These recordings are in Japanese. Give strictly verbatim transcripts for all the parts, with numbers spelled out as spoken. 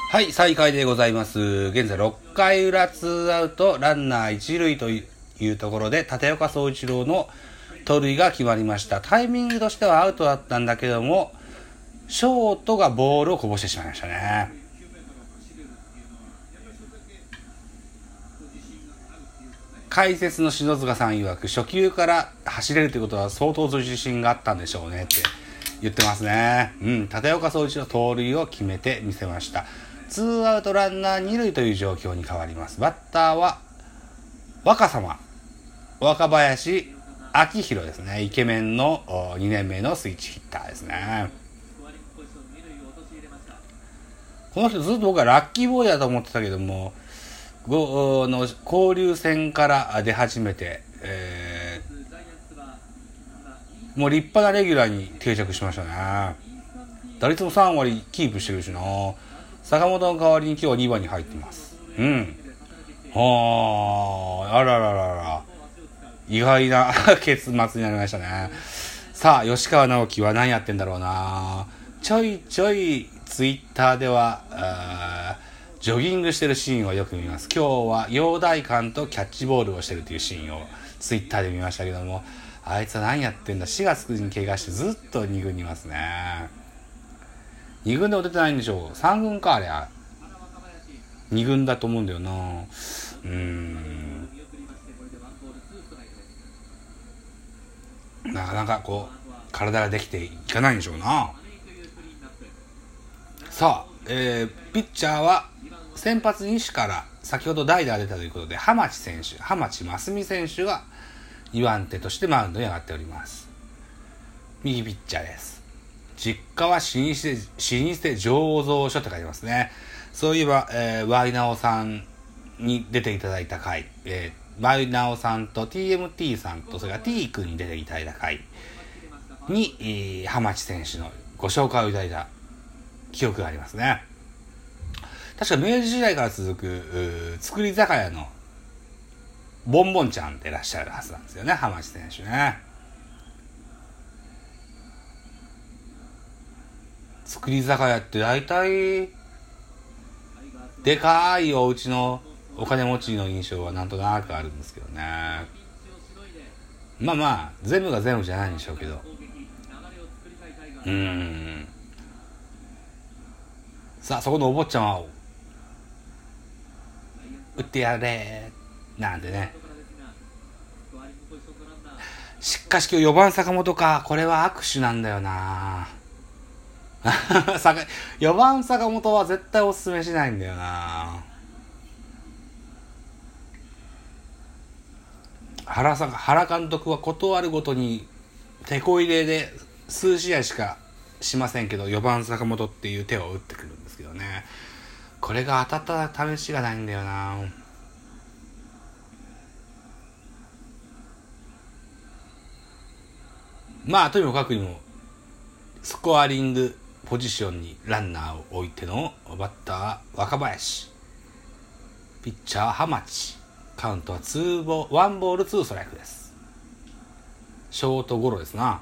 はい、再開でございます。現在ろっかい裏ツーアウトランナー一塁というところで立岡総一郎の盗塁が決まりました。タイミングとしてはアウトだったんだけども、ショートがボールをこぼしてしまいましたね。解説の篠塚さん曰く、初球から走れるということは相当自信があったんでしょうねって言ってますね。うん、立岡総一郎盗塁を決めてみせました。ツーアウトランナー二塁という状況に変わります。バッターは若様若林明宏ですね。イケメンのにねんめのスイッチヒッターですね。この人ずっと僕はラッキーボーイだと思ってたけども、ごの交流戦から出始めて、えー、もう立派なレギュラーに定着しましたね。打率もさんわりキープしてるしな。坂本の代わりに今日はにばんに入っています。うん。はあ、あらららら。意外な結末になりましたね。さあ、吉川直樹は何やってんだろうな。ちょいちょいツイッターでは、ジョギングしてるシーンをよく見ます。今日は陽大館とキャッチボールをしてるというシーンをツイッターで見ましたけども、あいつは何やってんだ。しがつに怪我してずっとに軍にいますね。に軍でも出てないんでしょう。さん軍かあれは。に軍だと思うんだよな。うーん。なかなかこう体ができていかないんでしょうな。さあ、えー、ピッチャーは先発西から先ほど代打が出たということで、浜地選手、浜地真澄選手がにばん手としてマウンドに上がっております。右ピッチャーです。実家は老舗、老舗醸造所って書いてますね。そういえば、えー、ワイナオさんに出ていただいた回、えー、ワイナオさんと ティーエムティー さんと、それから T 君に出ていただいた回に、えー、浜地選手のご紹介をいただいた記憶がありますね。確か明治時代から続く作り酒屋のボンボンちゃんでいらっしゃるはずなんですよね、浜地選手ね。作り酒屋って大体でかいお家のお金持ちの印象はなんとなくあるんですけどね。まあまあ全部が全部じゃないんでしょうけど、うーん。さあ、そこのお坊ちゃまを打ってやれなんてね。しかし今日よばん坂本か。これは握手なんだよな。よばん坂本は絶対おすすめしないんだよな。原さん、原監督は断るごとに手こ入れで数試合しかしませんけど、よばん坂本っていう手を打ってくるんですけどね。これが当たった試しがないんだよな。まあとにもかくにもスコアリングポジションにランナーを置いてのバッターは若林、ピッチャーは浜地、カウントはツーボワンボールツーストライクです。ショートゴロですな。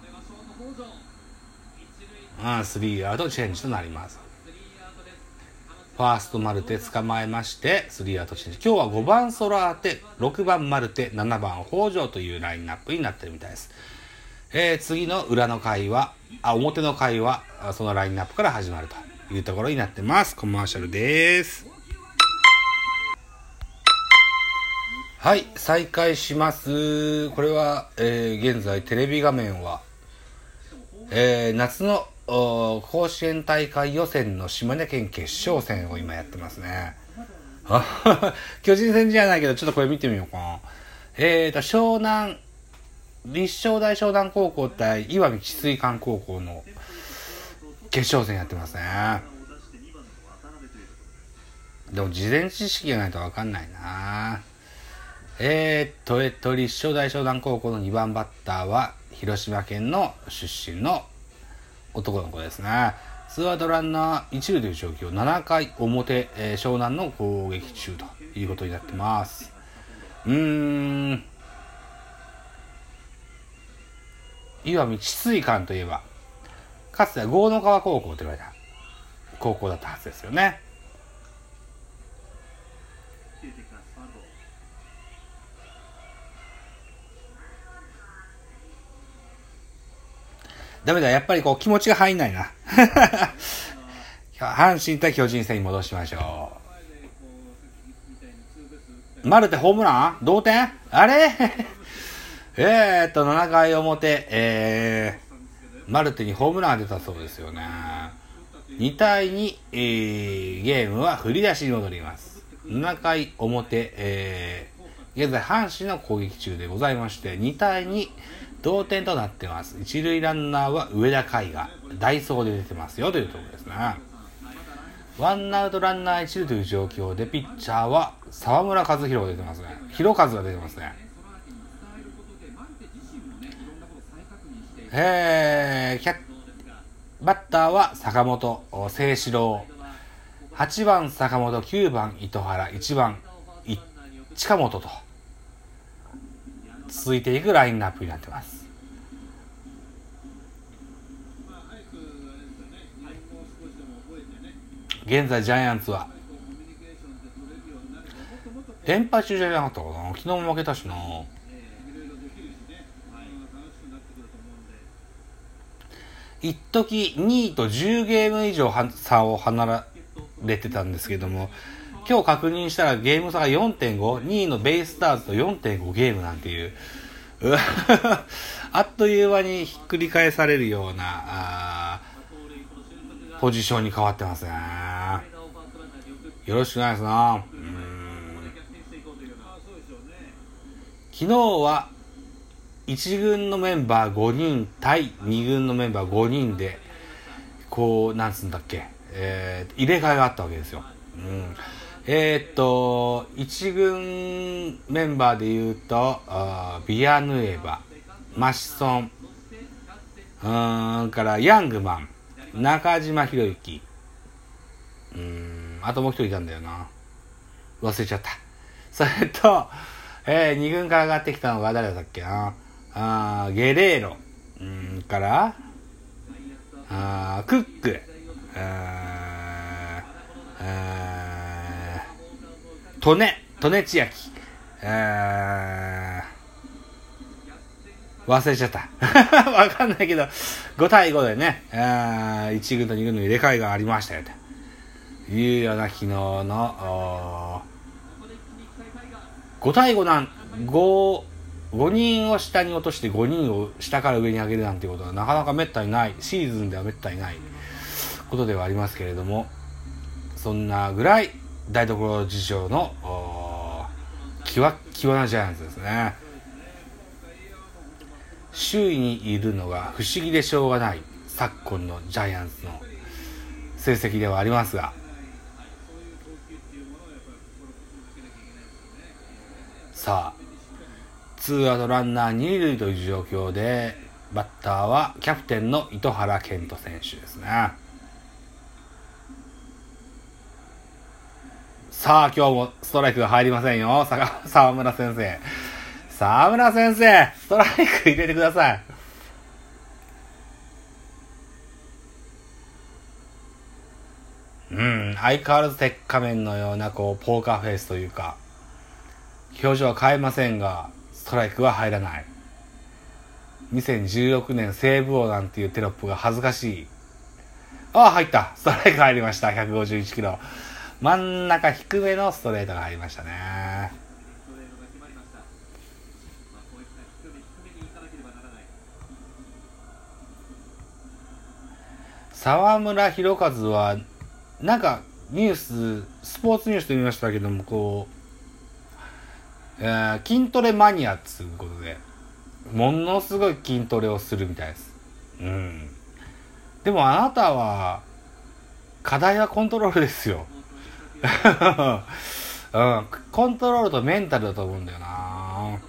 あスリーアウトチェンジとなります。ファーストマルテ捕まえましてスリーアウトチェンジ。今日はごばんソラーテ、ろくばんマルテ、ななばん北条というラインナップになってるみたいです。えー、次の裏の回はあ表の回はそのラインナップから始まるというところになってます。コマーシャルです。はい、再開します。これは、えー、現在テレビ画面は、えー、夏の甲子園大会予選の島根県決勝戦を今やってますね。巨人戦じゃないけどちょっとこれ見てみようかな。えーと湘南立正大湘南高校対石見智翠館高校の決勝戦やってますね。でも事前知識がないと分かんないな。えー、っとえっと立正大湘南高校のにばんバッターは広島県の出身の男の子ですね。ツーアウトランナー一塁という状況、ななかい表、えー、湘南の攻撃中ということになってます。うーん石見智翠館といえばかつては郷野川高校と言われた高校だったはずですよね。 ダメだ、やっぱりこう気持ちが入んないな。阪神対巨人戦に戻しましょう。マルテホームラン同点あれえーっと、ななかい表、えー、マルテにホームラン出たそうですよね。にたいに、えー、ゲームは振り出しに戻ります。ななかい表、えー、現在阪神の攻撃中でございまして、にたいに同点となってます。一塁ランナーは上田海がダイソーで出てますよというところですね。ワンアウトランナー一塁という状況で、ピッチャーは沢村和弘が出てますね。広和が出てますね。えー、キャバッターは坂本誠志郎、はちばん坂本、きゅうばん糸原、いちばん近本と続いていくラインナップになってます。現在ジャイアンツは連敗中じゃなかったかな。昨日も負けたしな。一時にいとじゅうゲーム以上差を離れてたんですけども、今日確認したらゲーム差が よんてんご、にいのベイスターズと よんてんご ゲームなんていうあっという間にひっくり返されるようなポジションに変わってますね。よろしくないですな。うーん、昨日はいち軍のメンバーごにん対に軍のメンバーごにんでこうなんつうんだっけ、えー、入れ替えがあったわけですよ。うん、えー、っといち軍メンバーでいうとビアヌエバ、マシソン、うーんからヤングマン、中島博之、うーんあともう一人いたんだよな、忘れちゃった。それと、えー、に軍から上がってきたのが誰だっけな、あゲレーロ、うんからあクック、ああトネトネチヤキ、あ忘れちゃったわかんないけどごたいごでね、あいち軍とに軍の入れ替えがありましたよというような昨日のごたいごなんご ごにんを下に落としてごにんを下から上に上げるなんていうことはなかなかめったにない、シーズンではめったにないことではありますけれども、そんなぐらい台所事情のキワッキワなジャイアンツですね。周囲にいるのが不思議でしょうがない昨今のジャイアンツの成績ではありますが、さあツーアウトランナーに塁という状況で、バッターはキャプテンの糸原健人選手ですね。さあ今日もストライクが入りませんよ。沢村先生沢村先生ストライク入れてください。うん相変わらず鉄仮面のようなこうポーカーフェイスというか表情は変えませんがストライクは入らない。にせんじゅうろくねんセーブ王なんていうテロップが恥ずかしい。ああ入った、ストライク入りました。ひゃくごじゅういちキロ真ん中低めのストレートが入りましたね。沢村弘和はなんかニューススポーツニュースで見ましたけども、こう、えー、筋トレマニアっつうことでものすごい筋トレをするみたいです。うん。でもあなたは課題はコントロールですよ。うん、コントロールとメンタルだと思うんだよな。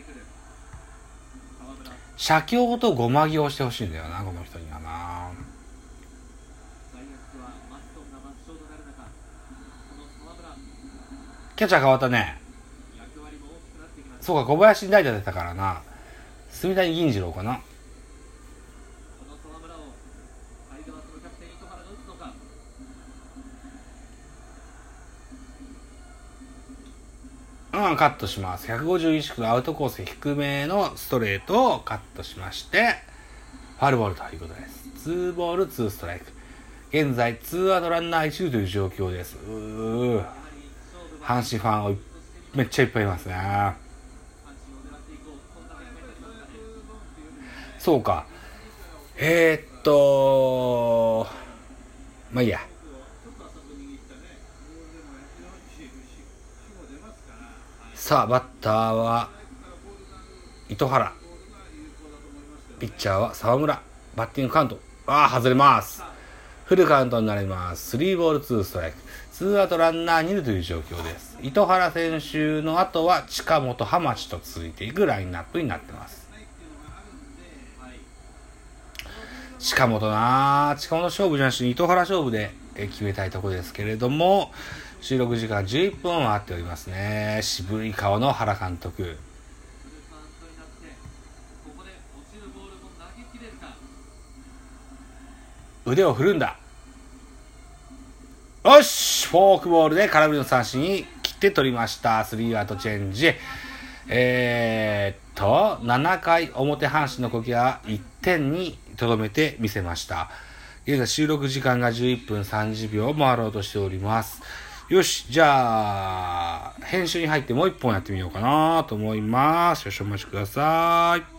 写経とごまぎをしてほしいんだよな、この人にはな。キャッチャー変わったね。そうか、小林に代打出たからな。住谷銀次郎かな。うん、カットします。ひゃくごじゅういちキロアウトコース低めのストレートをカットしまして、 ファウルボールということです。ツーボールツーストライク。現在ツーアウトランナー一塁という状況です。うー阪神ファンめっちゃいっぱいいますね。そうか。えー、っとまあいいや。さあバッターは糸原、ピッチャーは沢村。バッティングカウント、ああ外れます。フルカウントになります。スリーボールツーストライク。ツーアウトランナーに塁という状況です。糸原選手の後は近本、浜地と続いていくラインナップになってます。近本な近本勝負じゃなしに糸原勝負で決めたいところですけれども、収録時間じゅういっぷんを回っておりますね。渋い顔の原監督。腕を振るんだ。よし、フォークボールで空振りの三振に切って取りました。スリーアウトチェンジ。えー、っとななかい表阪神の攻撃はいってんにとどめてみせました。現在収録時間がじゅういっぷんさんじゅうびょうを回ろうとしております。よし、じゃあ編集に入ってもう一本やってみようかなと思います。少々お待ちください。